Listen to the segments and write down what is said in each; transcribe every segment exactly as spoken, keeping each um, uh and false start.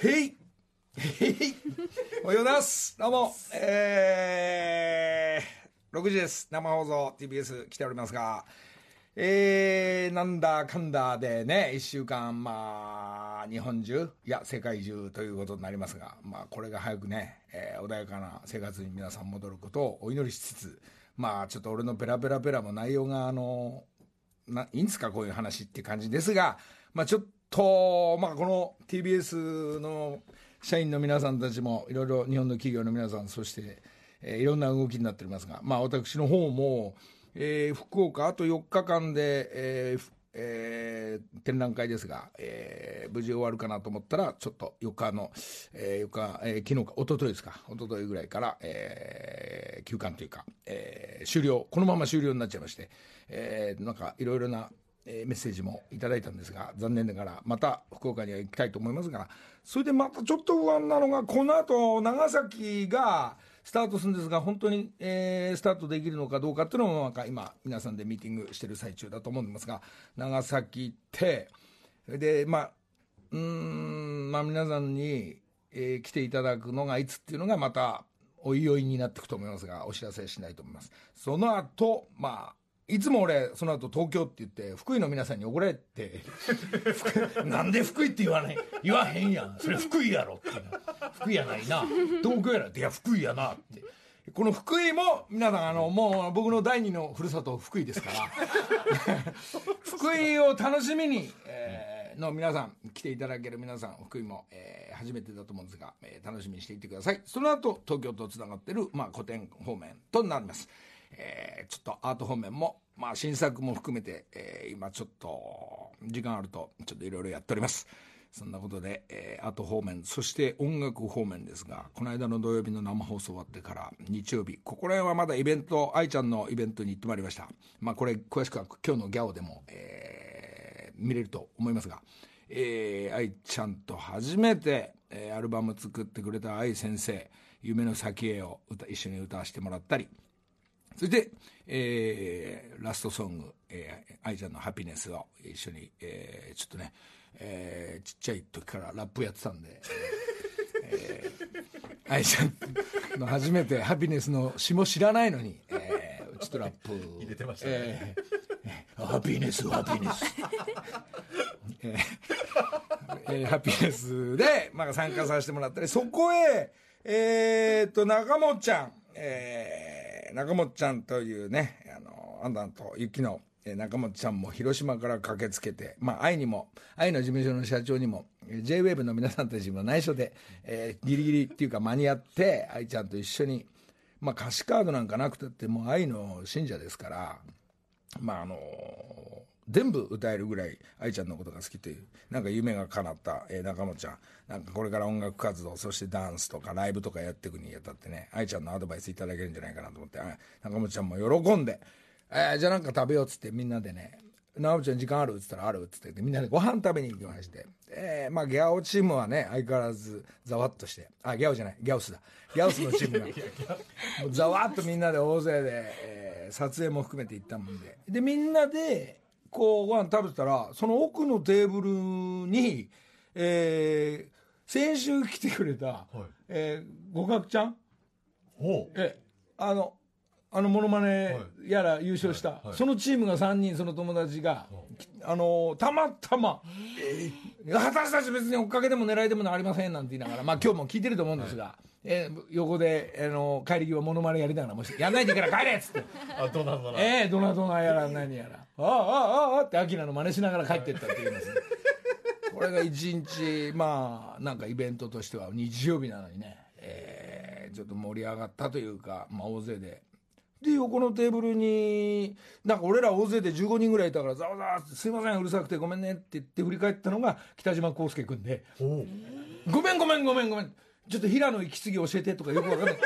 へいへいおはようございます。どうも、えー、ろくじです。生放送 ティービーエス 来ておりますが、えー、なんだかんだでね、いっしゅうかん、まあ、日本中、いや、世界中ということになりますが、まあ、これが早くね、えー、穏やかな生活に皆さん戻ることをお祈りしつつ、まあ、ちょっと俺のペラペラペラも内容が、あの、ないいんですか、こういう話っていう感じですが、まあ、ちょっと、まあ、この ティービーエス の社員の皆さんたちも、いろいろ日本の企業の皆さん、そして、えー、いろんな動きになっておりますが、まあ、私の方も、えー、福岡あとよっかかんで、えーえー、展覧会ですが、えー、無事終わるかなと思ったらちょっとよっかの、えー、よっか、えー、昨日か一昨日ですか一昨日ぐらいから、えー、休館というか、えー、終了このまま終了になっちゃいまして、えー、なんかいろいろなメッセージもいただいたんですが、残念ながらまた福岡には行きたいと思いますが、それでまたちょっと不安なのが、この後長崎がスタートするんですが、本当に、えー、スタートできるのかどうかっていうのもなんか今皆さんでミーティングしてる最中だと思うんですが、長崎行ってでまあうーんまあ皆さんに、えー、来ていただくのがいつっていうのがまたおいおいになっていくと思いますが、お知らせしないと思います。その後まあいつも俺その後東京って言って福井の皆さんに怒られてなんで福井って言わない言わへんやん、それ福井やろって福井やないな東京やなって、いや福井やなって。この福井も皆さんあのもう僕の第二のふるさと福井ですから福井を楽しみに、えー、の皆さん来ていただける皆さん、福井も、えー、初めてだと思うんですが、えー、楽しみにしていてください。その後東京とつながってる、まあ、古典方面となります。えー、ちょっとアート方面も、まあ、新作も含めて、えー、今ちょっと時間あるとちょっといろいろやっております。そんなことで、えー、アート方面、そして音楽方面ですが、この間の土曜日の生放送終わってから日曜日、ここら辺はまだイベント、愛ちゃんのイベントに行ってまいりました。まあこれ詳しくは今日のギャオでも、えー、見れると思いますが、えー、愛ちゃんと初めて、えー、アルバム作ってくれた愛先生、夢の先へを歌一緒に歌わせてもらったり、そして、えー、ラストソング、えー、愛ちゃんのハピネスを一緒に、えー、ちょっとね、えー、ちっちゃい時からラップやってたんで、えー、愛ちゃんの初めてハピネスの詩も知らないのに、えー、ちょっとラップ入れてましたね、 えー、ハピネスハピネス、えーえー、ハピネスで、まあ、参加させてもらったり、そこへ、えー、っと中本ちゃん、えー、中本ちゃんというね、あのアンダンと雪の中本ちゃんも広島から駆けつけて、まあ、愛にも愛の事務所の社長にも ジェイウェーブ の皆さんたちも内緒で、えー、ギリギリっていうか間に合って愛ちゃんと一緒に、まあ、歌詞カードなんかなくたってもう愛の信者ですから、まああのー、全部歌えるぐらい愛ちゃんのことが好きというなんか夢が叶った、えー、中本ちゃん、なんかこれから音楽活動、そしてダンスとかライブとかやっていくにあたってね、愛ちゃんのアドバイスいただけるんじゃないかなと思って、中本ちゃんも喜んで、えー、じゃあなんか食べようっつってみんなでね、直ちゃん時間あるっつったらあるっつってみんなでご飯食べに行きまして、えー、まあギャオチームはね相変わらずざわっとして、あギャオじゃないギャオスだギャオスのチームがもうざわっとみんなで大勢で、えー、撮影も含めて行ったもんで、でみんなでこうご飯食べてたら、その奥のテーブルに、えー、先週来てくれた、はい、えー、ごかくちゃん、 ほう、 えあのあのモノマネやら優勝した、はいはい、そのチームがさんにん、その友達が、あのたまたま、えー、私たち別に追っかけでも狙いでもありませんなんて言いながら、まあ今日も聞いてると思うんですが、はい、えー、横で、あの帰り際モノマネやりながら、もしやんないでいいから帰れっつってあドナドナ、 えー、ドナドナやら何やら、あああああってアキラの真似しながら帰っていったって言いますねこれが一日、まあなんかイベントとしては日曜日なのにね、えー、ちょっと盛り上がったというか、まあ大勢でで横のテーブルになんか俺ら大勢でじゅうごにんぐらいいたから、ざわざわってすいませんうるさくてごめんねって言って振り返ったのが北島康介君で、ごめんごめんごめんごめんちょっと平野息継ぎ教えてとかよくわかんない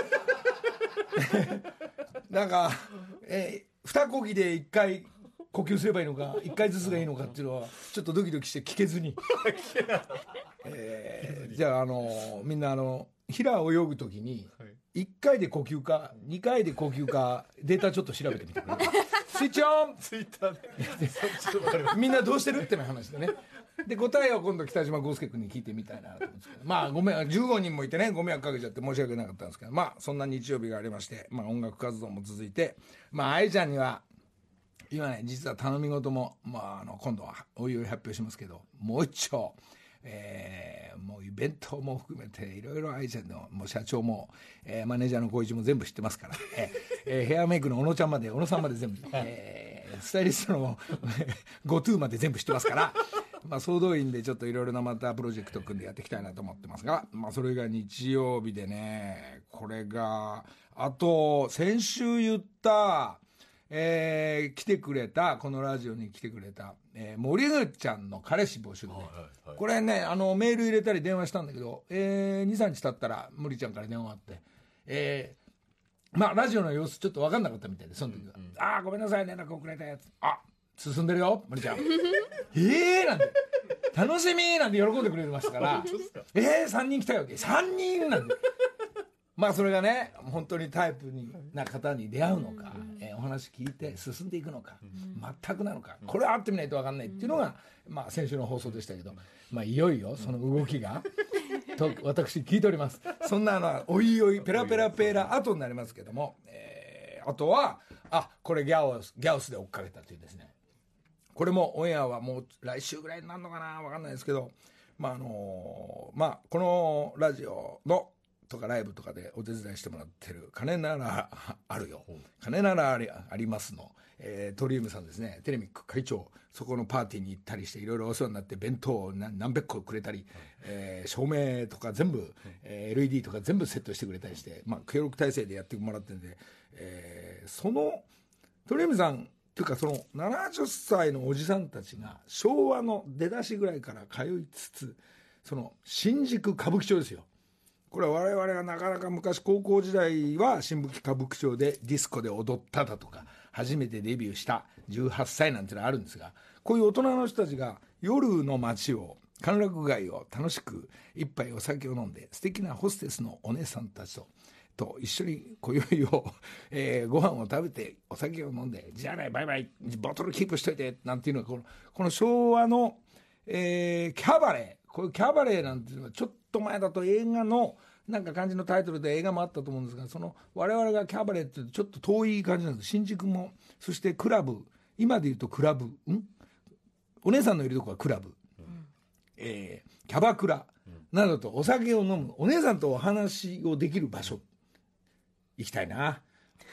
なんか、えー、二呼吸で一回呼吸すればいいのか一回ずつがいいのかっていうのはちょっとドキドキして聞けずに、えー、じゃあ、あのー、みんなあの平泳ぐときにいっかいで呼吸かにかいで呼吸かデータちょっと調べてみてくれスイッチオンツイッターでみんなどうしてるっての話でねで答えを今度北島康介君に聞いてみたいなと思うんですけど、まあごめんじゅうごにんもいてねご迷惑かけちゃって申し訳なかったんですけど、まあそんな日曜日がありまして、まあ、音楽活動も続いて、まあ愛ちゃんには今ね実は頼み事も、まあ、あの今度はおいおい発表しますけど、もう一丁、えー、もうイベントも含めていろいろ愛ちゃんのもう社長も、えー、マネージャーの小一も全部知ってますから、えーえー、ヘアメイクの小野ちゃんまで小野さんまで全部、えー、スタイリストのゴトゥーまで全部知ってますから、まあ、総動員でちょっといろいろなまたプロジェクト組んでやっていきたいなと思ってますが、まあ、それが日曜日でね、これがあと先週言ったえー、来てくれたこのラジオに来てくれた、えー、森口ちゃんの彼氏募集で、はいはいはい、これねあのメール入れたり電話したんだけど、えー、にさんにち経ったら森ちゃんから電話あって、えー、まあラジオの様子ちょっと分かんなかったみたいで、その時は、うんうん、ああごめんなさい連絡遅れたやつ、あ進んでるよ森ちゃんえーなんて楽しみなんて喜んでくれましたからえーさんにん来たよさんにんなんてまあそれがね本当にタイプにな方に出会うのか、えー、お話聞いて進んでいくのか、全くなのか、これは会ってみないと分かんないっていうのが、まあ、先週の放送でしたけど、まあ、いよいよその動きがと私聞いております。そんなのはおいおいペラペラペラ後になりますけども、えー、あとはあこれギャオスギャオスで追っかけたというですね、これもオンエアはもう来週ぐらいになるのかな分かんないですけど、まああのー、まあこのラジオのとかライブとかでお手伝いしてもらってる金ならあるよ金ならあり、ありますの、えー、トリウムさんですね、テレミック会長、そこのパーティーに行ったりしていろいろお世話になって弁当を何百個くれたり、えー、照明とか全部、えー、エルイーディー とか全部セットしてくれたりして、まあ、協力体制でやってもらってるんで、えー、そのトリウムさんというかそのななじゅっさいのおじさんたちが昭和の出だしぐらいから通いつつ、その新宿歌舞伎町ですよ。これは我々がなかなか昔高校時代は新歌舞伎町でディスコで踊っただとか初めてデビューしたじゅうはっさいなんてのがあるんですが、こういう大人の人たちが夜の街を歓楽街を楽しく一杯お酒を飲んで素敵なホステスのお姉さんたちとと一緒に今宵を、えー、ご飯を食べてお酒を飲んでじゃあねバイバイボトルキープしといてなんていうのがこの、この昭和の、えー、キャバレー、こういうキャバレーなんていうのはちょっと前だと映画のなんか感じのタイトルで映画もあったと思うんですが、その我々がキャバレーってちょっと遠い感じなんです。新宿もそしてクラブ、今でいうとクラブんお姉さんのいるとこはクラブ、うんえー、キャバクラなどとお酒を飲むお姉さんとお話をできる場所行きたいな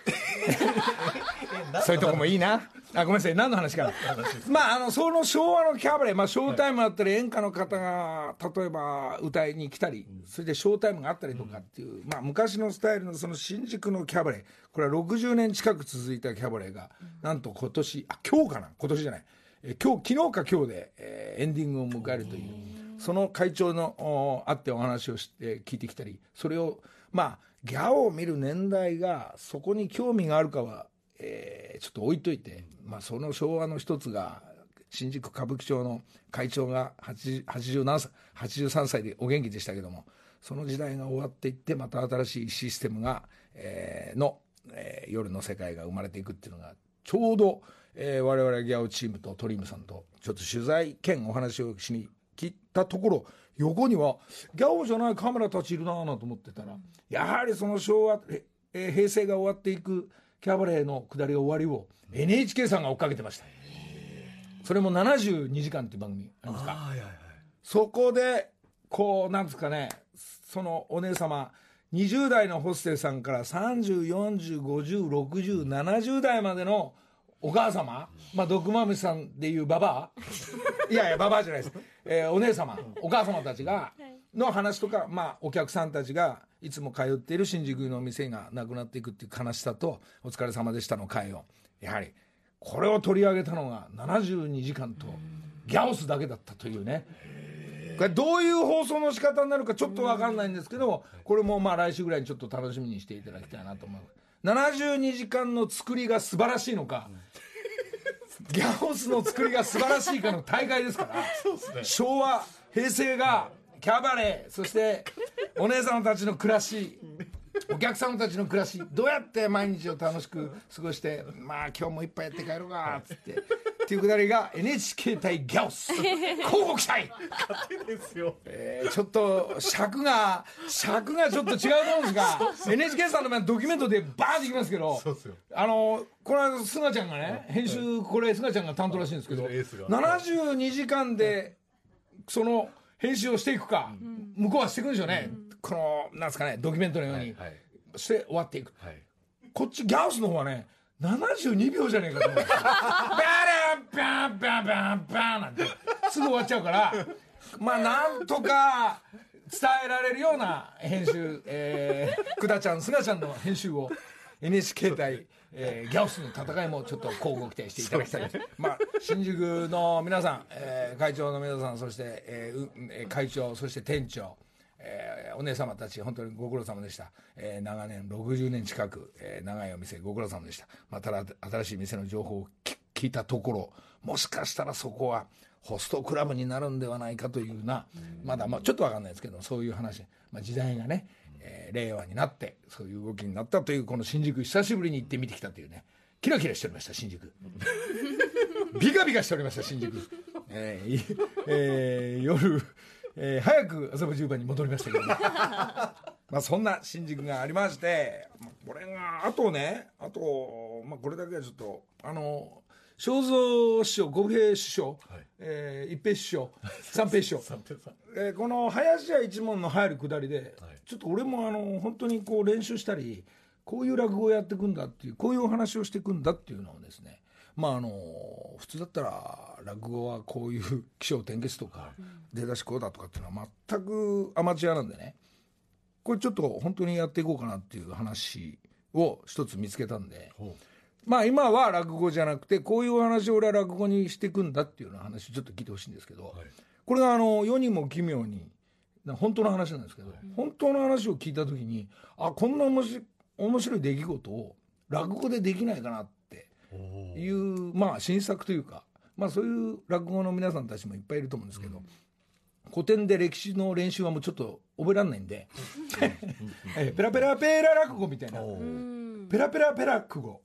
そういうとこもいいなあ。ごめんなさい何の話かなまああのその昭和のキャバレー、まあ、ショータイムあったり演歌の方が例えば歌いに来たり、それでショータイムがあったりとかっていう、まあ、昔のスタイルのその新宿のキャバレー、これはろくじゅうねん近く続いたキャバレーがなんと今年あ今日かな今年じゃないえ今日昨日か今日で、えー、エンディングを迎えるという、その会長の会ってお話をして聞いてきたり、それをまあギャオを見る年代がそこに興味があるかは、えー、ちょっと置いといて、まあ、その昭和の一つが新宿歌舞伎町の会長がはちじゅうさんさいでお元気でしたけども、その時代が終わっていってまた新しいシステムが、えー、の、えー、夜の世界が生まれていくっていうのがちょうど、えー、我々ギャオチームとトリムさんとちょっと取材兼お話をしに来たところ、横にはギャオじゃないカメラたちいるなぁと思ってたら、やはりその昭和、えー、平成が終わっていくキャバレーの下り終わりを エヌエイチケー さんが追っかけてました。それもななじゅうにじかんっていう番組ありますか。あ、はいはいはい、そこでこうなんですかね、そのお姉様にじゅう代のホステスさんからさんじゅう、よんじゅう、ごじゅう、ろくじゅう、ななじゅう代までのお母様、まあ、ドクマムシさんでいうババアいやいやババアじゃないです、えー、お姉様お母様たちがの話とか、まあ、お客さんたちがいつも通っている新宿の店がなくなっていくっていう悲しさとお疲れ様でしたの会を、やはりこれを取り上げたのがななじゅうにじかんとギャオスだけだったというね。これどういう放送の仕方になるかちょっと分かんないんですけど、これもまあ来週ぐらいにちょっと楽しみにしていただきたいなと思います。ななじゅうにじかんの作りが素晴らしいのか、ギャオスの作りが素晴らしいかの大会ですからそうですね、昭和平成がキャバレー、そしてお姉さんたちの暮らし、お客さんたちの暮らし、どうやって毎日を楽しく過ごして、まあ今日も一杯やって帰ろうかっつってっていうくだりが エヌエイチケー 対ギャオス交互期待勝手ですよ、 えー、ちょっと尺が尺がちょっと違うと思うんですがエヌエイチケー さんの前ドキュメントでバーンっていきますけど、 そうですよ、 あのこの間菅ちゃんがね編集これ菅ちゃんが担当らしいんですけどエースがななじゅうにじかんでその編集をしていくか、うん、向こうはしていくんでしょうね、うん、このなんですかねドキュメントのように、はいはい、して終わっていく、はい、こっちギャオスの方はねななじゅうにびょうじゃねえかと思ってバランバンバンバンバンなんてすぐ終わっちゃうからまあなんとか伝えられるような編集、えー、くだちゃんすがちゃんの編集を エヌエイチケー 対、えー、ギャオスの戦いもちょっと交互期待していただきたいまあ新宿の皆さん、えー、会長の皆さんそして、えー、会長そして店長えー、お姉様たち本当にご苦労様でした、えー、長年ろくじゅうねん近く、えー、長いお店ご苦労様でした、まあ、ただ新しい店の情報を聞いたところもしかしたらそこはホストクラブになるんではないかというなまだまあちょっと分かんないですけどそういう話、まあ、時代がね、えー、令和になってそういう動きになったというこの新宿久しぶりに行ってみてきたというねキラキラしておりました新宿ビカビカしておりました新宿、えーえー、夜えー、早く麻布十番に戻りましたけど、ね、まあそんな新宿がありまして、これがあとねあと、まあ、これだけはちょっとあの正蔵師匠五平師匠、はいえー、一平師匠三平師匠えー、この林家一門の入るくだりで、はい、ちょっと俺もあの本当にこう練習したりこういう落語をやっていくんだっていうこういうお話をしていくんだっていうのをですねまああの普通だったら落語はこういう起承転結とか出だしこうだとかっていうのは全くアマチュアなんでねこれちょっと本当にやっていこうかなっていう話を一つ見つけたんでまあ今は落語じゃなくてこういうお話を俺は落語にしていくんだっていうような話をちょっと聞いてほしいんですけど、はい、これがあの世にも奇妙に本当の話なんですけど、はい、本当の話を聞いた時にあこんな面白い、面白い出来事を落語でできないかなっていう、まあ、新作というか、まあ、そういう落語の皆さんたちもいっぱいいると思うんですけど、うん、古典で歴史の練習はもうちょっと覚えられないんでペラペラペラ落語みたいなペラペラペラ落語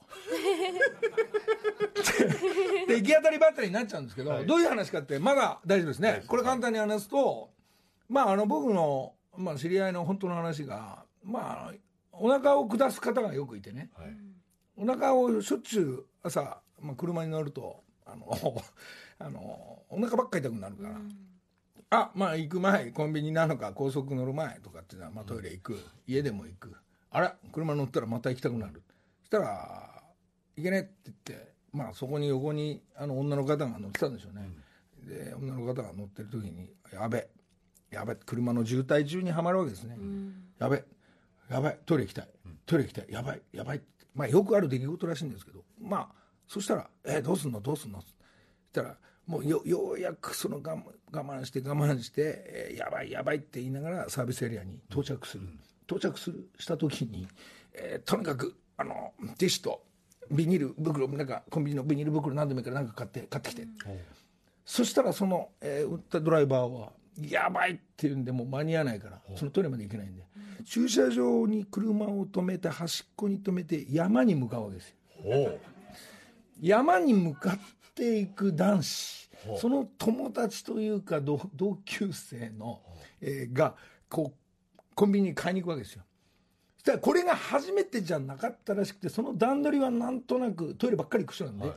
で行き当たりばったりになっちゃうんですけど、はい、どういう話かってまだ大丈夫ですね。これ簡単に話すと、まあ、あの僕の、まあ、知り合いの本当の話が、まあ、お腹を下す方がよくいてね、はい、お腹をしょっちゅう朝、まあ、車に乗るとあのあのお腹ばっかり痛くなるから、うん、あまあ行く前コンビニなのか高速乗る前とかっていうのは、まあ、トイレ行く、うん、家でも行くあら車乗ったらまた行きたくなるそしたら行けねって言って、まあ、そこに横にあの女の方が乗ってたんでしょうね、うん、で女の方が乗ってる時にやべやべ車の渋滞中にはまるわけですね、うん、やべやばいトイレ行きたいトイレ行きたいやばいやばいって、まあ、よくある出来事らしいんですけど、まあそしたらえー、どうすんのどうすんのそしたらもう よ, ようやくその我慢、我慢して我慢して、えー、やばいやばいって言いながらサービスエリアに到着する、うん、到着するした時に、えー、とにかくあのティッシュとビニール袋なんかコンビニのビニール袋何でもいいからなんか買って買ってきて、うん、そしたらその、えー、売ったドライバーはやばいっていうんでもう間に合わないからそのトイレまで行けないんで、うん、駐車場に車を止めて端っこに止めて山に向かうわけですよ。山に向かっていく男子その友達というか 同, 同級生の、えー、がこうコンビニに買いに行くわけですよ。そしたらこれが初めてじゃなかったらしくてその段取りはなんとなくトイレばっかり行く人なんで、はい、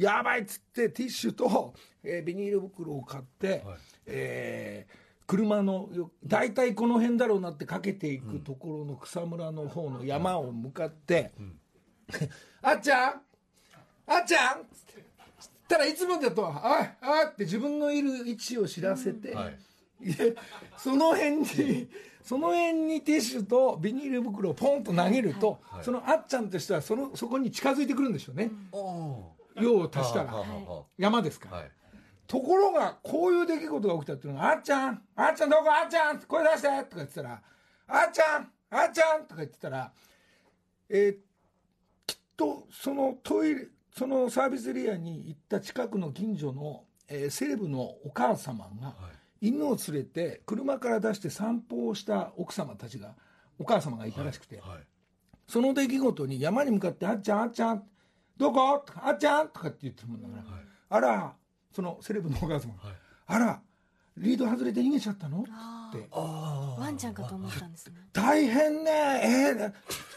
やばいっつってティッシュと、えー、ビニール袋を買って、はいえー、車の大体この辺だろうなってかけていくところの草むらの方の山を向かって、うん、あっちゃんあっちゃんってたらいつもだとあいあいって自分のいる位置を知らせて、うんはい、その辺にその辺にティッシュとビニール袋をポンと投げると、はい、そのあっちゃんとしては そ, のそこに近づいてくるんでしょうね、うん、用を足したら、はい、山ですから、はい、ところがこういう出来事が起きたっていうのがあっちゃんあっちゃんどこあっちゃん声出してとか言ってたらあっちゃんあっちゃんとか言ってたら、えー、きっとそのトイレそのサービスエリアに行った近くの近所の、えー、セレブのお母様が、はい、犬を連れて車から出して散歩をした奥様たちがお母様がいたらしくて、はいはい、その出来事に山に向かってあっちゃんあっちゃんどこあっちゃんとかって言ってるもんだから、はい、 あらそのセレブのお母様、はい、あらリード外れて逃げちゃったのってあワンちゃんかと思ったんですね。 大変ねえー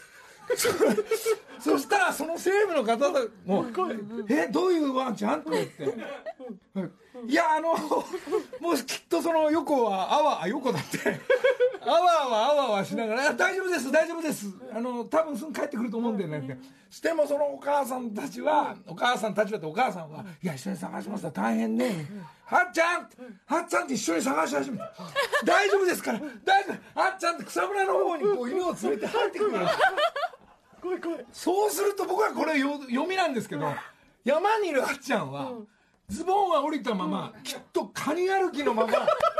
そ, そしたらそのセレブの方もえどういうワンちゃんって言っていやあのもうきっとその横はあわあ横だってあわあわあわあわしながら大丈夫です大丈夫ですあの多分すぐ帰ってくると思うんだよねってしてもそのお母さんたちはお母さんたちはってお母さんはいや一緒に探します大変ねはっちゃんはっちゃんって一緒に探し始めた大丈夫ですから大丈夫はっちゃんって草むらの方にこう犬を連れて入ってくる怖い怖いそうすると僕はこれよ読みなんですけど山にいるあっちゃんはズボンは降りたままきっとカニ歩きのまま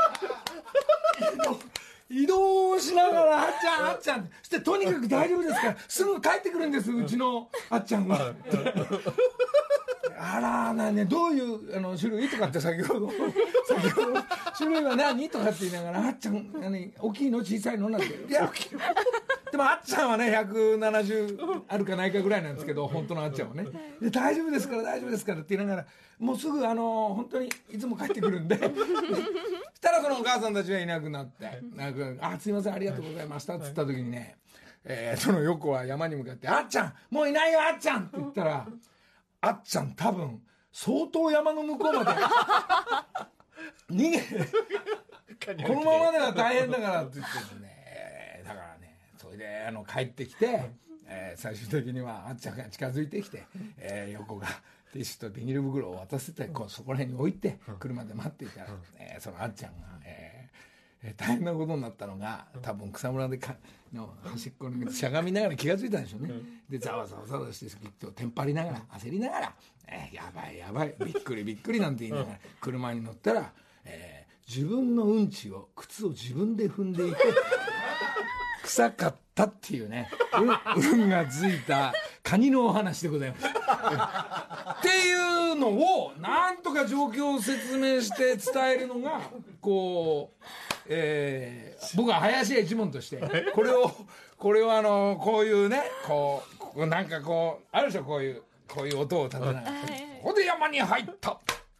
移動しながらあっちゃんあっちゃんそしてとにかく大丈夫ですからすぐ帰ってくるんですうちのあっちゃんはあらなねどういうあの種類とかって先ほど先ほど種類は何とかって言いながらあっちゃん何大きいの小さいのなんていやでもあっちゃんはねひゃくななじゅうあるかないかぐらいなんですけど本当のあっちゃんはねで大丈夫ですから大丈夫ですからって言いながらもうすぐあの本当にいつも帰ってくるんでしたらそのお母さんたちがいなくなってなんかあすいませんありがとうございましたっつった時にね、えー、その横は山に向かってあっちゃんもういないよあっちゃんって言ったらあっちゃん多分相当山の向こうまで逃げこのままでは大変だからって言ってねだからねそれであの帰ってきて、えー、最終的にはあっちゃんが近づいてきて、えー、横がティッシュとビニール袋を渡せてこうそこら辺に置いて車で待っていたら、えー、そのあっちゃんが、えー、大変なことになったのが多分草むらでかの端っこにしゃがみながら気がついたんでしょうねでざわざわざわしてきっとテンパりながら焦りながら、えー、やばいやばいびっくりびっくりなんて言いながら車に乗ったら、えー、自分のうんちを靴を自分で踏んでいて臭かったっていうね運がついたカニのお話でございますっていうのをなんとか状況を説明して伝えるのがこう、えー、僕は林家一門としてこれをこれをあのこういうねこうなんかこうあるでしょこういうこういう音を立てながらここで山に入った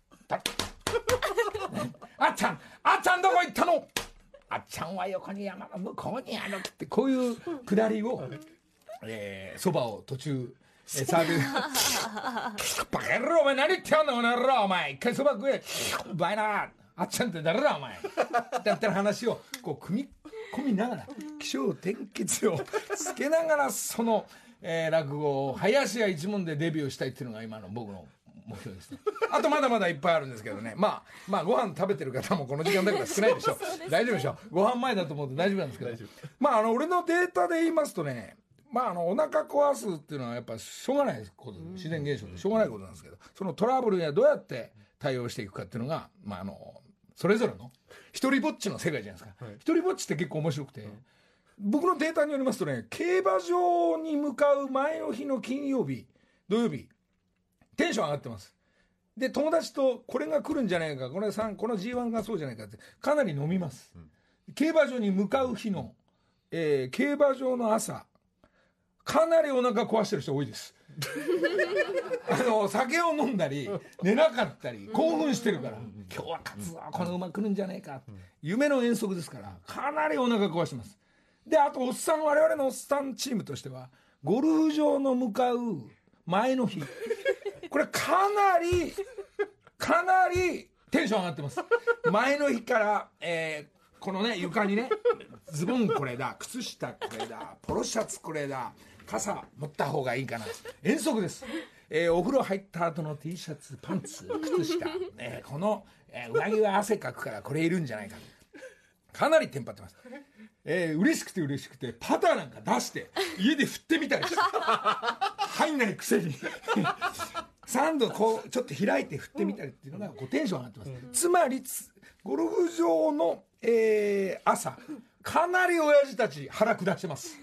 あっちゃんあっちゃんどこ行ったのあっちゃんは横に山の向こうにあるってこういうくだりをえー、そばを途中えー、サービスバカ野郎お前何言ってんだこの野郎お前一回そば食えバイなあっちゃんって誰だお前ってやってる話をこう組み込みながら起承転結をつけながらその、えー、落語を林家一門でデビューしたいっていうのが今の僕の目標ですねあとまだまだいっぱいあるんですけどねまあまあご飯食べてる方もこの時間だから少ないでしょ大丈夫でしょご飯前だと思うと大丈夫なんですけどまああの俺のデータで言いますとねまあ、あのお腹壊すっていうのはやっぱしょうがないことで自然現象でしょうがないことなんですけどそのトラブルにはどうやって対応していくかっていうのが、まあ、あのそれぞれの一人ぼっちの世界じゃないですか、はい、一人ぼっちって結構面白くて、うん、僕のデータによりますとね競馬場に向かう前の日の金曜日土曜日テンション上がってますで友達とこれが来るんじゃないかこれさんこの ジーワン がそうじゃないかってかなり飲みます、うん、競馬場に向かう日の、えー、競馬場の朝かなりお腹壊してる人多いですあの酒を飲んだり寝なかったり興奮してるから今日は勝つぞこの馬来るんじゃねえか夢の遠足ですからかなりお腹壊してますであとおっさん我々のおっさんチームとしてはゴルフ場の向かう前の日これかなりかなりテンション上がってます前の日から、えー、このね床にねズボンこれだ靴下これだポロシャツこれだ傘持った方がいいかな遠足です、えー、お風呂入った後の T シャツパンツ靴下、えー、この、えー、上着は汗かくからこれいるんじゃないかかなりテンパってます、えー、嬉しくて嬉しくてパターなんか出して家で振ってみたりして入んないくせにさんどこうちょっと開いて振ってみたりっていうのがこうテンション上がってます、うん、つまりゴルフ場の、えー、朝かなり親父たち腹下してます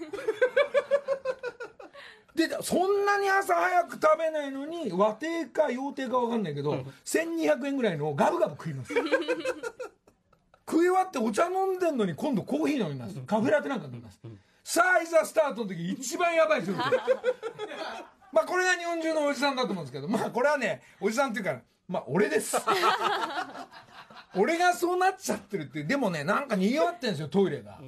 でそんなに朝早く食べないのに和亭か洋亭か分かんないけど、うん、せんにひゃくえんぐらいのガブガブ食います食い終わってお茶飲んでんのに今度コーヒー飲みますカフェラテなんか飲みます、うん、さあいざスタートの時一番やばいですよまあこれが日本中のおじさんだと思うんですけどまあこれはねおじさんっていうかまあ俺です俺がそうなっちゃってるっていう。でもね、なんか賑わってんですよトイレが、うん、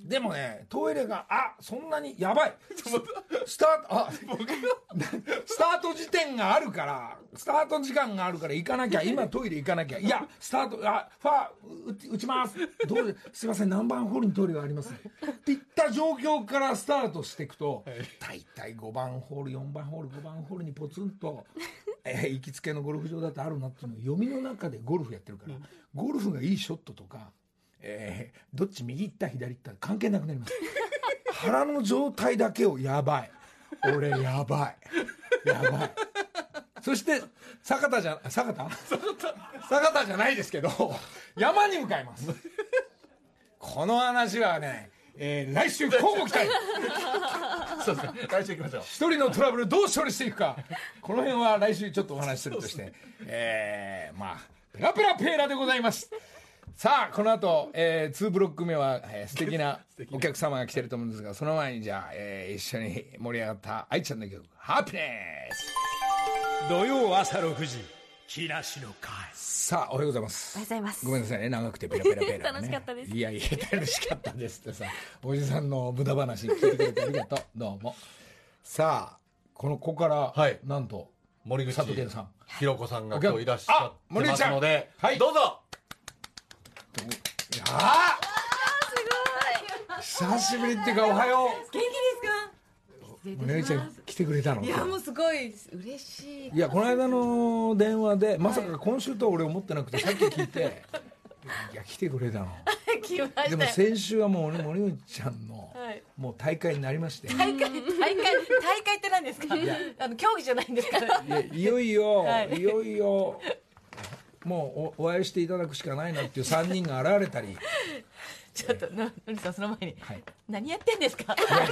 でもねトイレがあそんなにやばいスタートあスタート時点があるからスタート時間があるから行かなきゃ今トイレ行かなきゃいやスタートあファー打ちますどうですいません何番ホールにトイレがありますっていった状況からスタートしていくと、はい、大体ごばんホールよんばんホールごばんホールにポツンと、えー、行きつけのゴルフ場だってあるなっていうのを読みの中でゴルフやってるから、うん、ゴルフがいいショットとか、えー、どっち右行った左行った関係なくなります腹の状態だけをやばい俺やばいやばいそして坂田じゃ坂田坂田じゃないですけど山に向かいますこの話はね、えー、来週交互期待そうですね来週行きましょう。 一人のトラブルどう処理していくかこの辺は来週ちょっとお話しするとして、えー、まあペラペラペーラでございます。さあこの後、えー、にブロック目は、えー、素敵なお客様が来てると思うんですが、その前にじゃあ、えー、一緒に盛り上がった愛ちゃんの曲ハピネス。 土曜朝ろくじ木梨の会。 さあおはようございます。 おはようございます。 ごめんなさいね長くてペラペラペラ、ね、 楽しかったです。 いやいや楽しかったですってさおじさんの無駄話聞いてくれてありがとうどうも。さあこのここから、はい、なんと森口佐藤健さんひろこさんが今日いらっしゃってますので、はい、どうぞ。 あーすごい久しぶりっていうかおはよう。 元気ですか。 森口ちゃん来てくれたの。 いやもうすごい嬉しい。 いやこの間の電話でまさか今週とは俺思ってなくて、さっき聞いていや来てくれたの来ました。 でも先週はもう森口ちゃんの、はい、もう大会になりまして。 大会大会大会って何ですか。いやあの競技じゃないんですか。 いやいよいよ、はい、いよいよもう お, お会いしていただくしかないなっていうさんにんが現れたりちょっとのりさんその前に、はい、何やってんですか。何や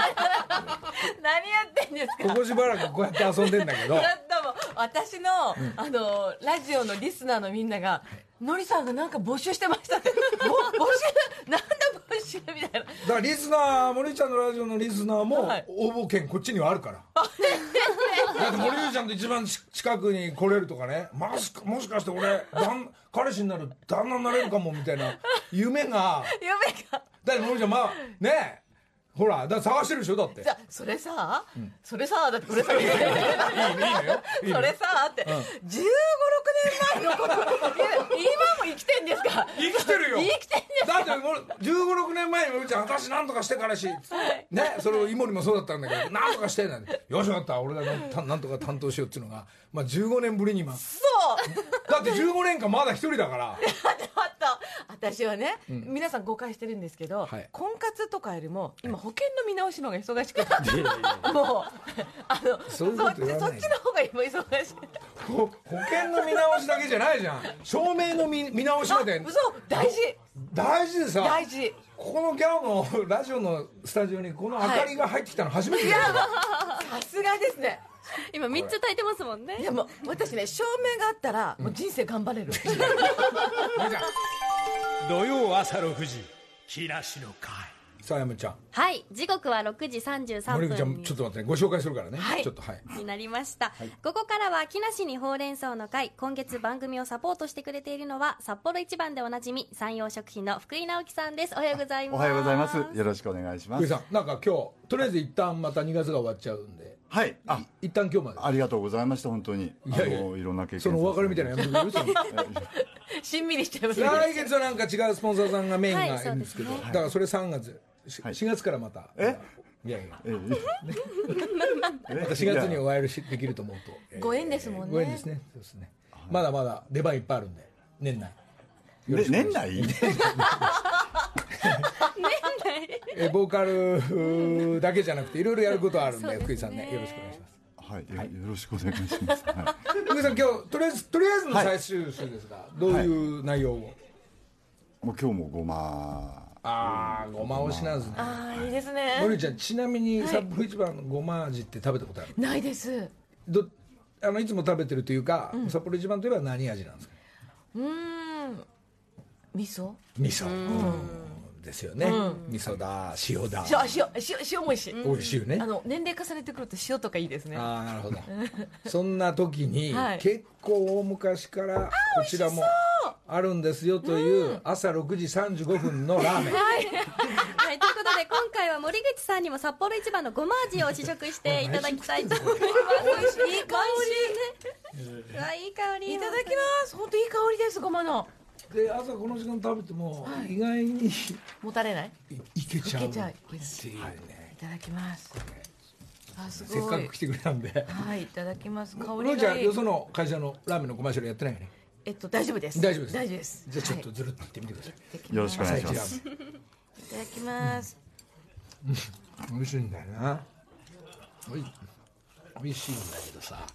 ってんですか。 ここしばらくこうやって遊んでんだけど私の、うん、あのラジオのリスナーのみんなが、はい、のりさんがなんか募集してましたって募集なんだ募集みたいな。だからリスナー森ちゃんのラジオのリスナーも応募権こっちにはあるからだって森口ちゃんと一番近くに来れるとかね、もしもしかして俺彼氏になる旦那になれるかもみたいな夢が夢がだって森ちゃんまあねえほらだから探してるでしょだって。 じゃそれさ、うん、それさだってこれさいいねいいのよいいのそれさって、うん、じゅうご、ろくねんまえのこと今も生きてんですか。 生きてるよ生きてんですか。 だってじゅうご、ろくねんまえに森ちゃん私なんとかしてからし、はい、ねそれをイモリもそうだったんだけどなんとかしてなんでよしよかった俺がなんなんとか担当しようっていうのがまあじゅうごねんぶりに今そうだってじゅうごねんかんまだ一人だから私はね、うん、皆さん誤解してるんですけど、はい、婚活とかよりも今保険の見直しの方が忙しくてもうあのそういうこと言わない。 そっちの方が今忙しい保険の見直しだけじゃないじゃん照明の 見, 見直しまで。 嘘大事大事でさ大事。 ここのギャオのラジオのスタジオにこの明かりが入ってきたの初めてだよ、 はい、さすがですね。 今みっつ炊いてますもんね。 いやもう私ね照明があったらもう人生頑張れる、うん、 土曜朝ろくじ木梨の会。 さあやむちゃん。 はい、時刻はろくじさんじゅうさんぷんに。 森口ちゃんちょっと待ってねご紹介するからね、 はい、 ちょっとはいになりました、 はい、 ここからは木梨にほうれん草の会。今月番組をサポートしてくれているのは札幌一番でおなじみ山陽食品の福井直樹さんです。おはようございます。 おはようございます。よろしくお願いします。 福井さんなんか今日とりあえず一旦またにがつが終わっちゃうんで、 はいあい一旦今日までありがとうございました本当に。いやいやあのいろんな経験そのお別れみたいなやめてくれるしんみりしちゃいます。 来月はなんか違うスポンサーさんがメインがいるんですけど、はいね、だからそれさんがつ、はい、しがつからまたえいやいや、えね、 またしがつにお会いできると思うとご縁ですもんね。 ご縁ですね。そうですね。まだまだ出番いっぱいあるんで年内ね、年内年内えボーカルだけじゃなくていろいろやることあるんで、福井さんねよろしくお願いします。 はい、はい、よろしくお願いします、はい、 福井さん今日とりあえずとりあえずの最終週ですが、はい、どういう内容を、はい、 もう今日もごまああごま推しなんですね。 ああいいですね。 森ちゃんちなみに札幌一番のごま味って食べたことある？ ないです。 どあのいつも食べてるというか、うん、札幌一番といえば何味なんですか？ うーん味噌味噌、うん、 ですよね、味噌だ塩だ塩塩塩塩も美味しい、 美味しいよね。 あの年齢重ねてくると塩とかいいですね。 ああなるほどそんな時に、 はい結構大昔からこちらもあるんですよという朝ろくじさんじゅうごふんのラーメンはい、はい、ということで今回は森口さんにも札幌一番のごま味を試食していただきたいと思います。いい香り、ね、うわいい香りいただきます。本当いい香りです。ごまので朝この時間食べても意外にもたれない。 いいけちゃうっいけちゃうていうね。 いただきます。あすせっごい。 かく来てくれたんではいいただきます。香のりがいいりちゃんよ。その会社のラーメンのコマーシャルやってないよね。 えっと大丈夫です。 大丈夫です大丈夫です。 じゃあちょっとずるっといってみてください。 よろしくお願いしま朝す。 一ラーメンいただきます。 美味しいんだよな。おい美味しいんだけどさ。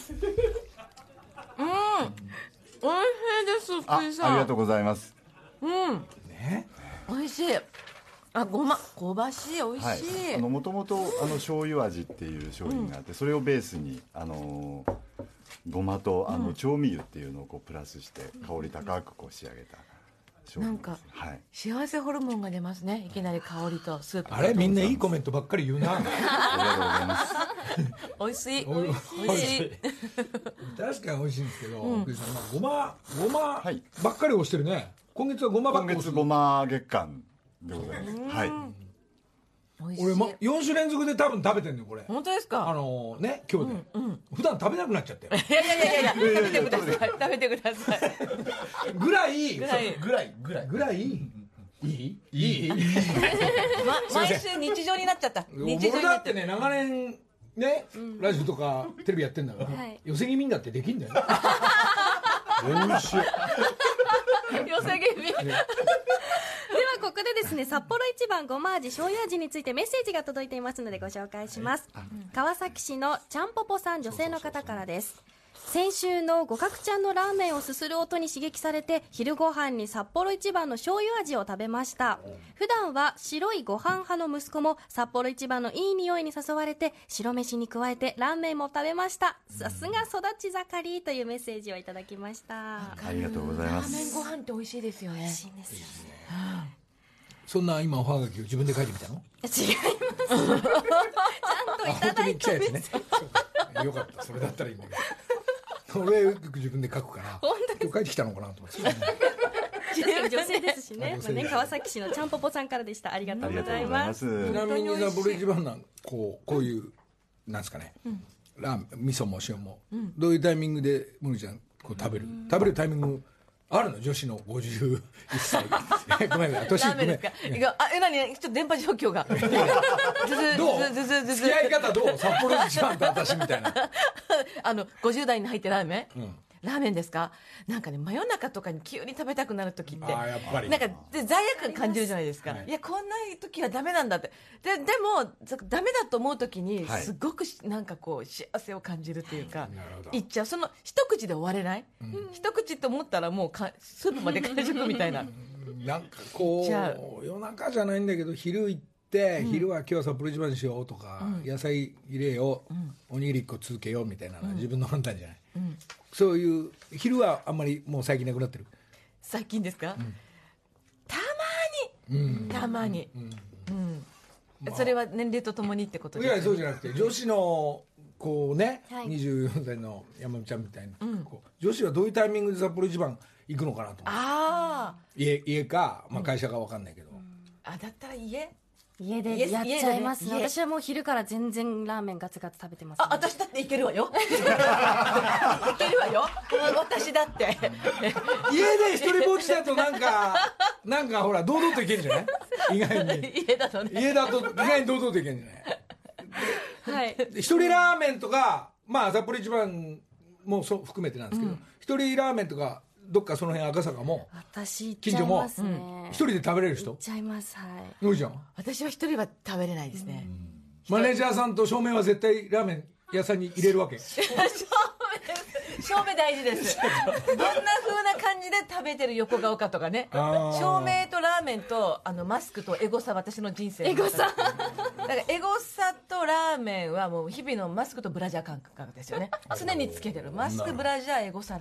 美味しいですあ、 福井さん。 ありがとうございます。 ね。 美味しい。あごま香ばしい美味はいしい。、 あのもともとあの醤油味っていう商品があって、それをベースにあのーごまとあの調味油っていうのをこうプラスして香り高くこう仕上げた商品です。 なんかはい。 幸せホルモンが出ますね。いきなり香りとスープと。 あれみんないいコメントばっかり言うな。 ありがとうございます。 美味しい。 おい美味しい。 確かに美味しいんですけど、福井さんごまごまはいばっかり押してるね。今月はごまばっ今かり押してる。 月ごま月間でございます。はい。 美味しい。 俺まよん週連続で多分食べてんのよこれ。 本当ですあか。 のね今日で、普段食べなくなっちゃったよ。 いやいやいやいや食べてください。食べてください。 ぐらいぐらいぐらいぐらいぐらいいいいいま毎週日常になっちゃった。日常俺になっててる。 だっね長年ね、ラジオとかテレビやってんだから、 はい寄せ気味にだってできんだよね。美味しい。 寄せ気味。 ではここでですね札幌一番ごま味醤油味についてメッセージが届いていますのでご紹介します、川崎市のちゃんぽぽさん女性の方からです。先週の五角ちゃんのラーメンをすする音に刺激されて昼ご飯に札幌一番の醤油味を食べました。普段は白いご飯派の息子も札幌一番のいい匂いに誘われて白飯に加えてラーメンも食べました。さすが育ち盛りというメッセージをいただきました。 ありがとうございまラーメンす。 ご飯って美味しいですよね。 美味しいんですよね。 そんな今おはがきを自分で書いてみたの？ 違います。ちゃんといただいたメッセージ。 ね。よかったそれだったらいいんだけど。俺よく自分で書くから今日書いてきたのかなと思って。 女性ですしね。まあね川崎市のちゃんぽぽさんからでした。ありがとありがうございとうございまます。 す。 ちなみに札幌一番なんこうこういうなんですかね、ラーメン味噌も塩も、どういうタイミングで森ちゃんこう食べる、食べるタイミングあるの？女子のごじゅういっさいごめん年ラーメンごめんですか。いやあえ何ちょっと電波状況が。ずずどうずずずずず付き合い方どう？札幌一番と私みたいな。 あのごじゅう代に入ってラーメン。 んラーメンですか。なんかね真夜中とかに急に食べたくなる時ってあーやっぱりなんかで罪悪感感じるじゃないですか、 はいい、やこんな時はダメなんだってででもそダメだと思う時にはいすごくしなんかこう幸せを感じるっていうか、 なるほどいっちゃうその一口で終われない、一口と思ったらもうかスープまで完食みたいななんかこじゃあう夜中じゃないんだけど昼行って、昼は今日は札幌一番にしようとか、野菜入れよう、おにぎりいっこ続けようみたいなのは自分の判断じゃない、そういう昼はあんまりもう最近なくなってる。 最近ですか、たまに、たまに、うんそれは年齢とともにってこといですよね。 やそうじゃなくて女子のこうね、 はいにじゅうよんさいの山美ちゃんみたいに、こう女子はどういうタイミングで札幌一番行くのかなと思ってあ家家か、まあ、会社か分かんないけど、 ーあだったら家家で家やっちゃいますね。 家でね私はもう昼から全然ラーメンガツガツ食べてます、ね。 あ、私だっていけるわよ。いけるわよ。私だって。 家で一人ぼっちだとなんかなんかほら堂々といけるんじゃない意外に家だとね。 家だと意外に堂々といけるんじゃないはい。 で一人ラーメンとかまあ札幌一番もそう含めてなんですけど、一人ラーメンとかどっかその辺赤坂も私行っちゃいますね。 一人で食べれる人行っちゃいます。はい。 のりちゃん私は一人は食べれないですね。 マネージャーさんと照明は絶対ラーメン屋さんに入れるわけ照明照明大事です。どんな風な感じで食べてる横顔かとかね。 あー照明とラーメンとあのマスクとエゴサ私の人生のエゴサだからエゴサとラーメンはもう日々のマスクとブラジャー感覚ですよね。常につけてるマスクブラジャーエゴサラーメン。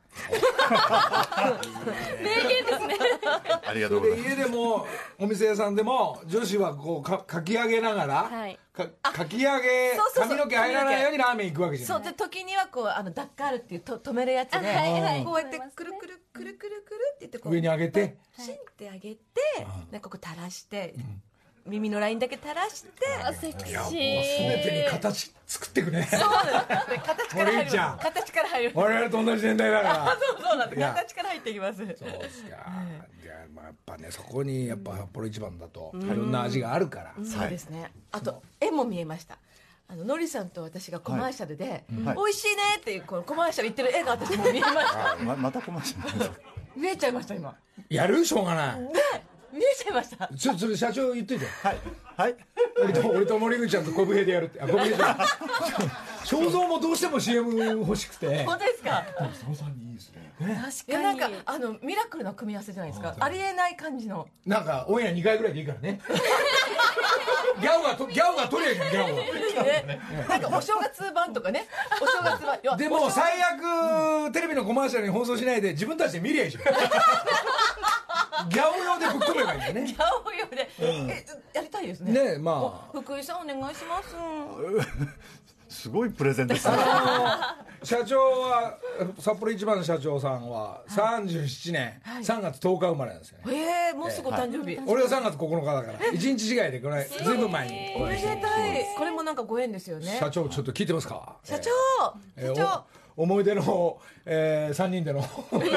名言ですね。 ありがとうございます。 家でもお店屋さんでも女子はこうかかき上げながら、 はい、 かかき上げそうそうそう髪の毛入らないようにラーメン行くわけじゃない。 そうで時にはこうあのダッカールっていうと止めるやつで、 はいはい、 こうやってくるくるくるくるくるって言ってこう上に上げてシンって上げて、なんかこう垂らして、うん、耳のラインだけ垂らして、 あセクシー。 いやもう全てに形作っていくね。 そうなんです。形から入る。形から入る。 我々と同じ年代だから。 そうそうなんです。形から入っていきます。そうですか。 いやまあやっぱねそこにやっぱ札幌一番だといろんな味があるから。 そうですね。あと絵も見えました。あののりさんと私がコマーシャルで、はいうん、美味しいねっていうこのコマーシャル言ってる絵が私も見えました。 ま, またコマーシャル見えちゃいました今。 やるしょうがない。 ね見えちゃいました。 ちょそれ社長言っといて。 はいはい俺と俺と森口ちゃんと小笛でやるって。あ小笛じゃない。肖像もどうしても シーエム 欲しくて。 本当ですか。 佐野さんにいいですね。 確かに。 なんかあのミラクルな組み合わせじゃないですか。ありえない感じの。 なんかオンエアにかいぐらいでいいからね。ギャオがとギャオが取れるギャオが。 ね、なんかお正月版とかね。お正月版。 でも最悪テレビのコマーシャルに放送しないで自分たちで見りゃいいじゃん。ギャオ用でぶっ込めばいいんだよね。 ギャオ用で、うん、えやりたいですね。 ねまあ福井さんお願いします。 すごいプレゼンですね。 社長は札幌一番の社長さんはさんじゅうななねんさんがつとおか生まれなんですよね。 へえもうすぐお誕生日。 俺はさんがつここのかだからいちにち違いでこれずいぶん前におめでたい。これもなんかご縁ですよね。 社長ちょっと聞いてますか。 社長社長思い出の、えー、さんにんでのお願いし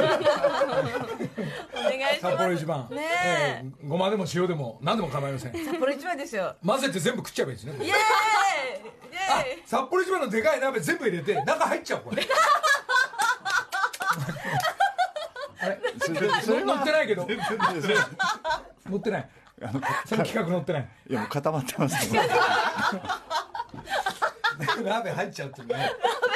ます札幌一番、 ねえー、ごまでも塩でも何でも構いません。 札幌一番ですよ。 混ぜて全部食っちゃえばいいですね。 イエーイイエーイ。 札幌一番のでかい鍋全部入れて中入っちゃうこれ。あれそれ乗ってないけど乗ってない。その企画乗ってない。 いやもう固まってます。 鍋入っちゃうってね。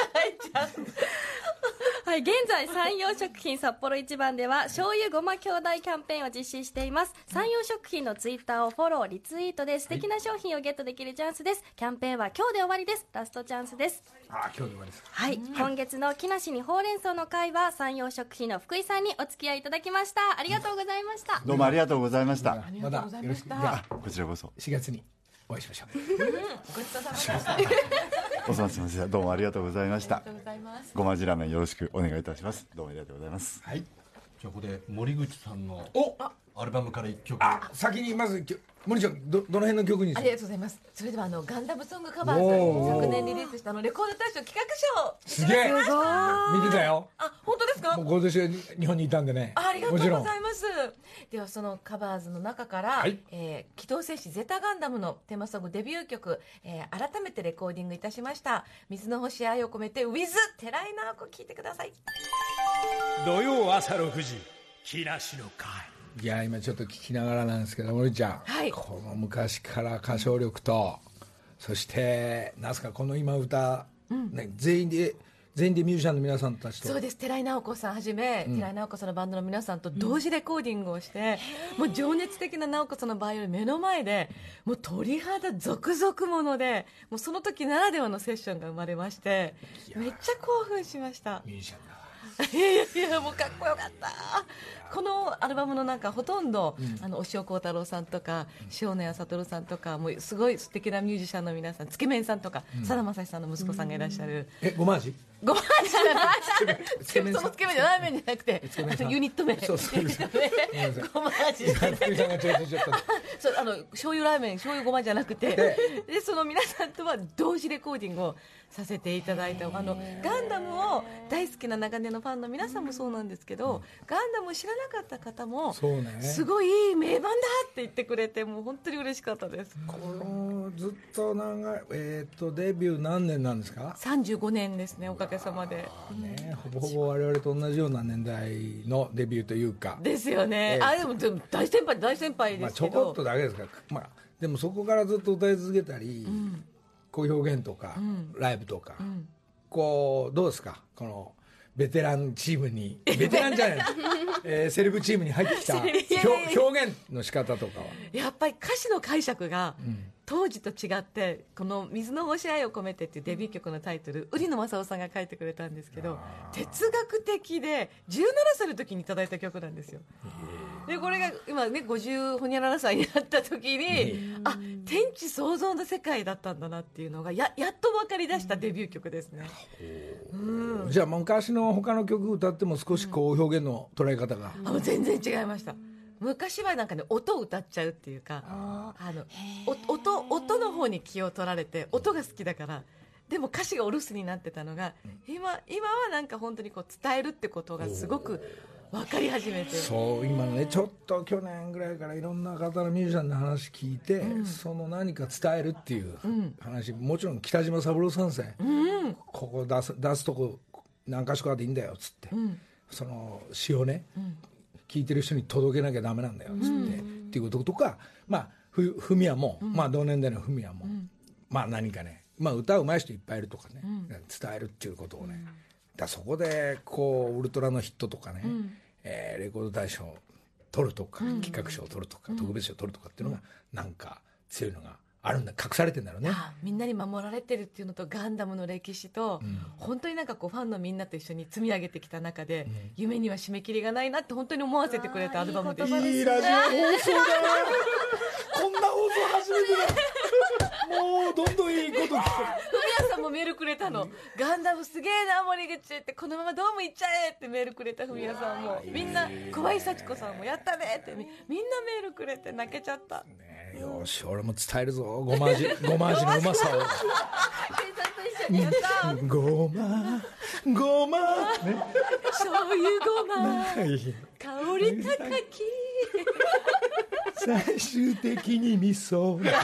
はい、現在山陽食品札幌一番では醤油ごま兄弟キャンペーンを実施しています。山陽食品のツイッターをフォローリツイートで素敵な商品をゲットできるチャンスです。キャンペーンは今日で終わりです。ラストチャンスです。 あ今日で終わりですか。 はい、今月の木梨にほうれん草の会は山陽食品の福井さんにお付き合いいただきました。ありがとうございました。 どうもありがとうございました。 またよろしく。じゃあこちらこそしがつにお会いしましょう。 ごちそうさまでした。 お粗末様どうもありがとうございました。 ありがとうございます。 ごま味ラーメンよろしくお願いいたします。どうもありがとうございます。 はい。 じゃあここで森口さんのおアルバムから一曲。 あ先にまず森ちゃん ど, どの辺の曲に。 ありがとうございます。それではあのガンダムソングカバーズ昨年リリースしたあのレコード大賞企画賞すげえ見てたよ。 あ本当ですか。 もう今年は日本にいたんでね。 ありがとうございます。ではそのカバーズの中から、はいえー、機動戦士ゼータガンダムのテーマソングデビュー曲、えー、改めてレコーディングいたしました。水の星愛を込めて with 寺井直子聴いてください。 土曜朝ろくじ木梨の会。 いや今ちょっと聞きながらなんですけど森ちゃん、 はい、 この昔から歌唱力とそしてなんすかこの今歌、うんね、全員で全員でミュージシャンの皆さんたちと。 そうです。寺井直子さんはじめ、うん、寺井直子さんのバンドの皆さんと同時レコーディングをして、うん、もう情熱的な直子さんのバイオリン目の前でもう鳥肌続々ものでもうその時ならではのセッションが生まれましてめっちゃ興奮しました。 ミュージシャンだわ。 いやいやいやもうかっこよかった。このアルバムの中ほとんど、うん、あの押尾幸太郎さんとか塩谷悟さんとかもうすごい素敵なミュージシャンの皆さんつけ麺さんとかさだまさしさんの息子さんがいらっしゃる、 うん、えごま味ごま味じゃないつけ麺そのつけ麺じゃラーメンじゃなくてあのユニット名そうそうごま味じゃないそうあの醤油ラーメン醤油ごまじゃなくてでその皆さんとは同時レコーディングをさせていただいたあのガンダムを大好きな長年のファンの皆さんもそうなんですけど、うん、ガンダムを知らなかった方もそう、ね、すごいいい名盤だって言ってくれてもう本当に嬉しかったです。 このずっと長い、えー、とデビュー何年なんですか。 さんじゅうごねんですねおかげさまで、 ね、ほぼほぼ我々と同じような年代のデビューというかですよね、えー、あでもでも大先輩大先輩ですけど、 まあ、ちょこっとだけですから、まあ、でもそこからずっと歌い続けたり、うんこう表現とか、うん、ライブとか、うん、こうどうですかこのベテランチームにベテランじゃない、えー、セレブチームに入ってきた表現の仕方とかはやっぱり歌詞の解釈が当時と違ってこの水の星愛を込めてっていうデビュー曲のタイトル、売野正夫さんが書いてくれたんですけど、哲学的でじゅうななさいの時にいただいた曲なんですよ。でこれが今ねごじゅうほにゃららさいになった時に、あ、天地創造の世界だったんだなっていうのが や, やっと分かり出したデビュー曲ですね。 うん、じゃあ昔の他の曲歌っても少しこう表現の捉え方が、 うん、あ全然違いました。昔はなんかね音を歌っちゃうっていうか、ああの音音の方に気を取られて音が好きだから、でも歌詞がお留守になってたのが、今今はなんか本当にこう伝えるってことがすごく分かり始めて、 そう今ねちょっと去年ぐらいからいろんな方のミュージシャンの話聞いて、うん、その何か伝えるっていう話、うん、もちろん北島三郎さん世、うん、ここ出す出すとこ何か所かでいいんだよっつって、うん、その詩をね、うん、聞いてる人に届けなきゃダメなんだよっつって、うん、っていうこととか、まあふ文也も、うん、まあ同年代の文也も、うん、まあ何かね、まあ歌うまい人いっぱいいるとかね、うん、伝えるっていうことをね、うん、だそこでこうウルトラのヒットとかね、うんえー、レコード大賞を取るとか、うん、企画賞を取るとか、うん、特別賞を取るとかっていうのが、うん、なんか強いのがあるんだ、隠されてんだろうね。 みんなに守られてるっていうのとガンダムの歴史と、うん、本当になんかこうファンのみんなと一緒に積み上げてきた中で、うん、夢には締め切りがないなって本当に思わせてくれたアルバムです。 いいラジオ放送だこんな放送初めてだもうどんどんいいこと聞く。 フミヤさんもメールくれたの、ガンダムすげえな森口って、このままドーム行っちゃえってメールくれたフミヤさんも、みんな小林幸子さんもやったねってみんなメールくれて泣けちゃった、 ね、よし俺も伝えるぞごま味ごま味のうまさをごまごま、ね、 醤油ごま香り高き最終的に味噌えー、えー、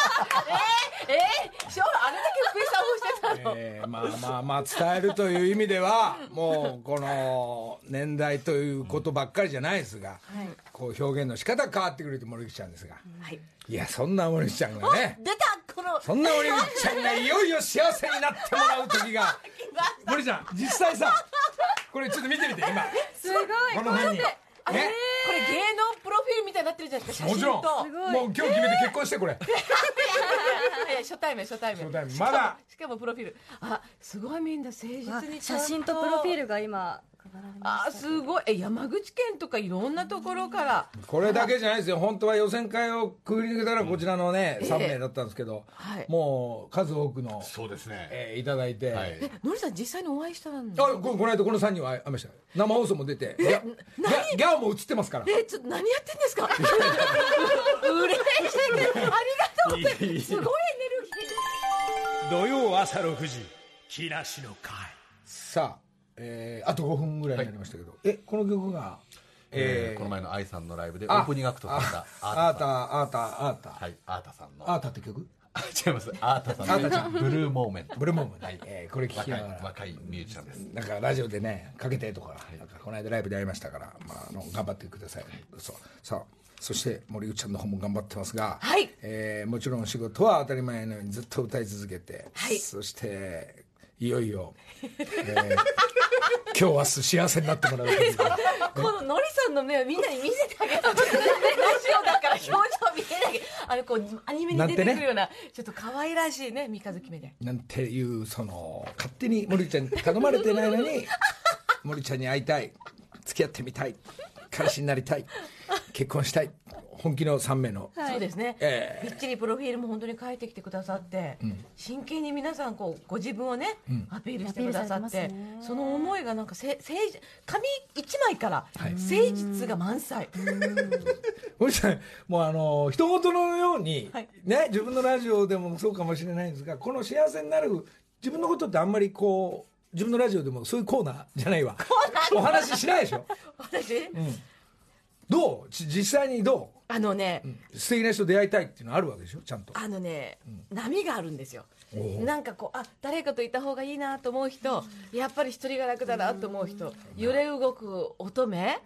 しょあれだけ福井さんもしてたの、 えー、まあまあまあ伝えるという意味ではもうこの年代ということばっかりじゃないですが、はい、こう表現の仕方変わってくると森口ちゃんですが、はい、いやそんな森口ちゃんがね出たこのそんな森口ちゃんがいよいよ幸せになってもらう時が森ちゃん実際さこれちょっと見てみて今すごいこの辺にあれ、これ芸能プロフィールみたいになってるじゃないですか、写真と。 もちろんもう今日決めて結婚してこれ初対面初対面初対面まだしかもプロフィール、あすごいみんな誠実に写真とプロフィールが今あすごいえ山口県とかいろんなところからこれだけじゃないですよ。本当は予選会をくぐり抜けたらこちらのね、うん、さんめいだったんですけど、えーはい、もう数多くのそうですね、 えー、いただいて、はい、 えのりさん実際にお会いしたんですか？あ こ, この間このさんにんは会いました。生放送も出てギ ャ, ギ, ャギャオも映ってますから。 えちょっと何やってんですか嬉しいありがとうございますすごいエネルギー土曜朝ろくじ木梨の会さあえー、あとごふんぐらいになりましたけど、はい、えこの曲が、 えー、この前の愛さんのライブでオープニングアクトされたアータアータアータはいアータさんのアータって曲違いますアータさんのブルーモーメントブルーモーメント、はいえー、これ聞きながら若いミュージシャンです。 なんかラジオでねかけてとか、はい、なんかこの間ライブでやりましたから、まあ、あの頑張ってください、はい、そうさあそして森口ちゃんの方も頑張ってますが、 はいえー、もちろん仕事は当たり前のようにずっと歌い続けて、 はい、 そしていよいよ、えー今日明日幸せになってもらうこののりさんの目をみんなに見せてあげたラジオだから表情見えないあのこうアニメに出てくるような、ね、ちょっと可愛らしいね三日月目でなんていうその勝手に森ちゃんに頼まれてないのに森ちゃんに会いたい付き合ってみたい彼氏になりたい結婚したい本気のさんめいの、 はい、そうですね、えー、びっちりプロフィールも本当に書いてきてくださって、うん、真剣に皆さんこうご自分をね、うん、アピールしてくださって、ね、その思いがなんかせ誠実紙一枚から誠実が満載、 森ちゃんもうあの人事のように、はい、ね自分のラジオでもそうかもしれないんですがこの幸せになる自分のことってあんまりこう自分のラジオでもそういうコーナーじゃないわお話ししないでしょ私、 うんどう実際にどうあのね、 うん、素敵な人出会いたいっていうのあるわけでしょちゃんとあのね、うん、波があるんですよ。なんかこうあ誰かといた方がいいなと思う人やっぱり一人が楽だなと思う人揺れ動く乙女え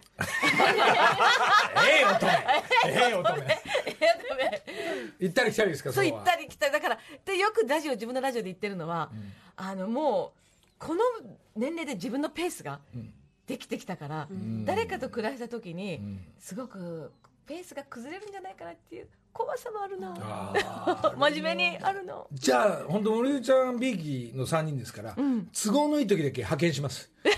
え乙女ええ乙女行ったり来たりですか。 そう行ったり来たりだからでよくラジオ自分のラジオで言ってるのは、うん、あのもうこの年齢で自分のペースが、うんできてきたから、うん、誰かと暮らした時に、うん、すごくペースが崩れるんじゃないかなっていう怖さもあるな真面目にあるの。 じゃあ本当森ちゃんビーキのさんにんですから、うん、都合のいい時だけ派遣します。 えー、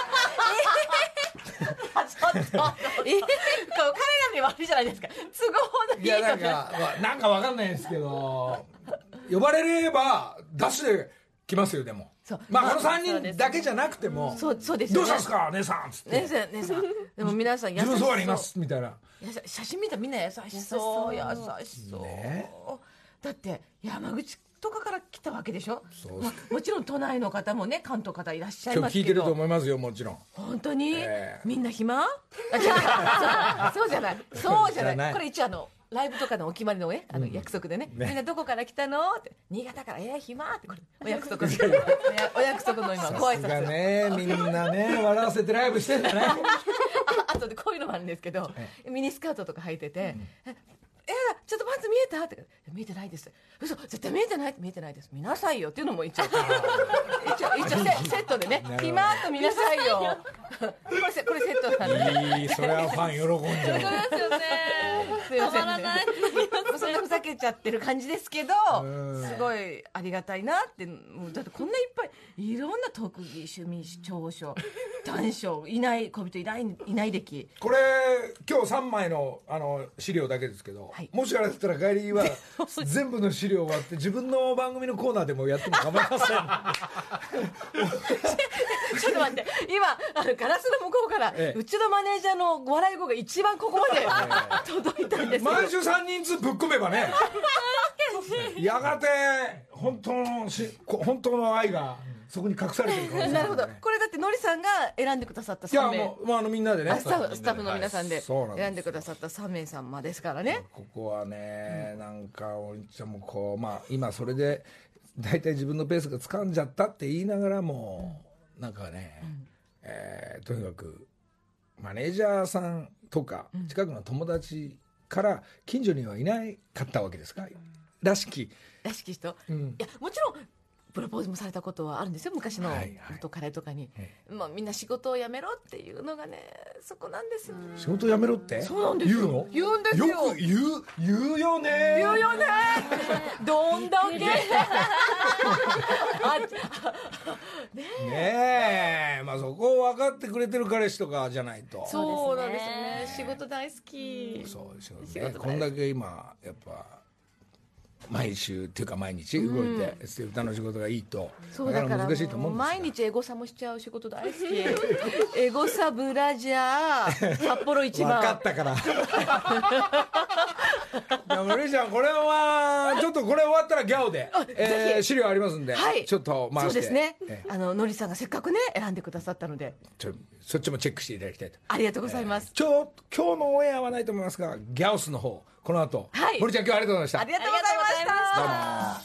ちょっとえー、彼らに悪いじゃないですか。都合のいい時。 いやなんか、まあ、なんかわかんないですけど呼ばれればダッシュで来ますよ。でもまあこのさんにんだけじゃなくても、 そうそうですよね、どうしたんですか姉さんっつって姉さん姉さんでも皆さん優しそう、 自分そばにいますみたいな。 写真見たらみんな優しそう優しそう、ね、だって山口とかから来たわけでしょ。そう、まあ、もちろん都内の方もね関東方いらっしゃいますけど、 今日聞いてると思いますよもちろん。 本当に、えー、みんな暇あそうじゃないそうじゃないこれ一応あのライブとかのお決まりの、ね、あの約束でね、うん、ねみんなどこから来たのって新潟からえー、暇ってこれお約束お約束の今ご挨拶がねみんなね笑わせてライブしてんだねあ, あとでこういうのもあるんですけどミニスカートとか履いてて、うん、ええー、ちょっとパンツ見えたって見えてないです。嘘絶対見えてない見えてないです見なさいよっていうのも一応一応一応セ, セットでね暇と見なさいよこれこれセットなんでいいそれはファン喜んじゃうそうですよねすいません、ね、そんなふざけちゃってる感じですけどすごいありがたいなって。もうだってこんないっぱいいろんな特技趣味長所短所いない恋人いないいない歴これ今日さんまい の, あの資料だけですけど、はい、もしあれだったら帰りは全部の資料を割って自分の番組のコーナーでもやっても構いませんちょっと待って今あのガラスの向こうから、ええ、うちのマネージャーの笑い声が一番ここまで、ええ、届いたんですけど毎週さんにんずつぶっ込めばねやがて本当のし本当の愛がそこに隠されてる可能性、ね、 なるほど。これだってのりさんが選んでくださったさん名。 いやもう、まあ、あのみんなでねスタッフ、スタッフの皆さんで選んでくださったさん名様ですからね。 ここはね、うん、なんかおんちゃんもこうまあ今それで大体自分のペースが掴んじゃったって言いながらも、うん、なんかね、うんえー、とにかくマネージャーさんとか近くの友達から近所にはいないかったわけですか、うん、らしきらしき人、うん、いやもちろんプロポーズもされたことはあるんですよ昔の元彼とかに、はいはいまあ、みんな仕事を辞めろっていうのがねそこなんです。 仕事辞めろってそうなんですよ。 言うの言うんですよ。 よく言う言うよね言うよねどんだけねえ、まあ、そこを分かってくれてる彼氏とかじゃないと。 そうなんですね。仕事大好き。 そう仕事、ね、こんだけ今やっぱ毎週っていうか毎日動いて、うん、歌の仕事がいいとそうだから難しいと思うんですが毎日エゴサもしちゃう仕事大好きエゴサブラジャー札幌一番分かったからでもルイちゃんこれはちょっとこれ終わったらギャオで、えー、資料ありますんで、はい、ちょっと回してそうですね、えー、あののりさんがせっかくね選んでくださったのでちょそっちもチェックしていただきたいと。 ありがとうございます、 えー、ちょ今日のオンエアはないと思いますがギャオスの方この後、はい、森ちゃん今日はありがとうございました。 ありがとうございました。 どうも。